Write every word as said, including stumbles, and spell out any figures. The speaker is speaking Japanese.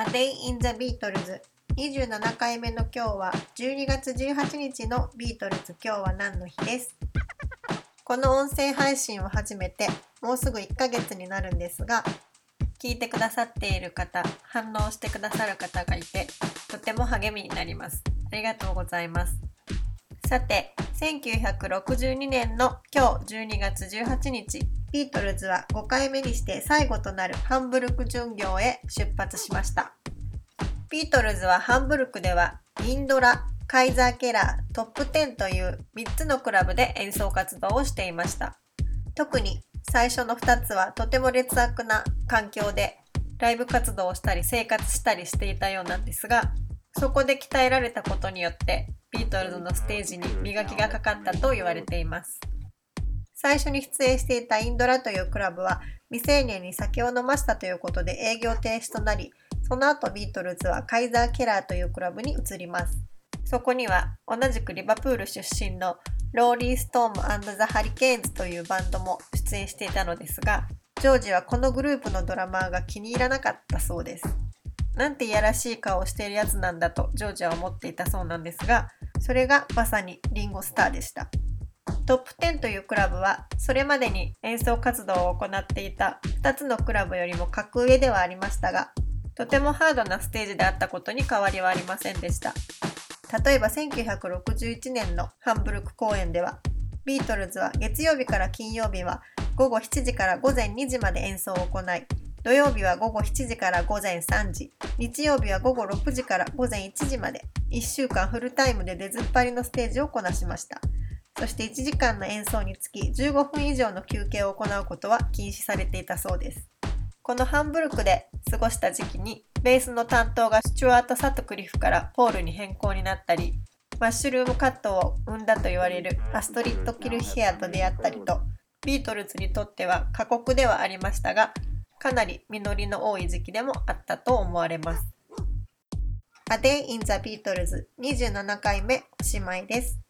A Day in the Beatles にじゅうななかいめの今日はじゅうにがつじゅうはちにちのビートルズ今日は何の日です。この音声配信を始めてもうすぐいっかげつになるんですが、聞いてくださっている方、反応してくださる方がいてとても励みになります。ありがとうございます。さて、せんきゅうひゃくろくじゅうにねんの今日じゅうにがつじゅうはちにち、ビートルズはごかいめにして最後となるハンブルク巡業へ出発しました。ビートルズはハンブルクではインドラ、カイザーケラー、トップテンというみっつのクラブで演奏活動をしていました。特に最初のふたつはとても劣悪な環境でライブ活動をしたり生活したりしていたようなんですが、そこで鍛えられたことによってビートルズのステージに磨きがかかったと言われています。最初に出演していたインドラというクラブは未成年に酒を飲ませたということで営業停止となり、その後ビートルズはカイザーケラーというクラブに移ります。そこには同じくリバプール出身のローリー・ストーム&ザ・ハリケーンズというバンドも出演していたのですが、ジョージはこのグループのドラマーが気に入らなかったそうです。なんていやらしい顔をしているやつなんだとジョージは思っていたそうなんですが、それがまさにリンゴスターでした。トップテンというクラブはそれまでに演奏活動を行っていたふたつのクラブよりも格上ではありましたが、とてもハードなステージであったことに変わりはありませんでした。例えばせんきゅうひゃくろくじゅういちねんのハンブルク公演では、ビートルズは月曜日から金曜日はごごしちじからごぜんにじまで演奏を行い、土曜日はごごしちじからごぜんさんじ、日曜日はごごろくじからごぜんいちじまでいっしゅうかんフルタイムで出ずっぱりのステージをこなしました。そしていちじかんの演奏につきじゅうごふん以上の休憩を行うことは禁止されていたそうです。このハンブルクで過ごした時期にベースの担当がスチュワート・サトクリフからポールに変更になったり、マッシュルームカットを生んだと言われるアストリッド・キルヒェアと出会ったりと、ビートルズにとっては過酷ではありましたが、かなり実りの多い時期でもあったと思われます。A Day in the Beatles にじゅうななかいめおしまいです。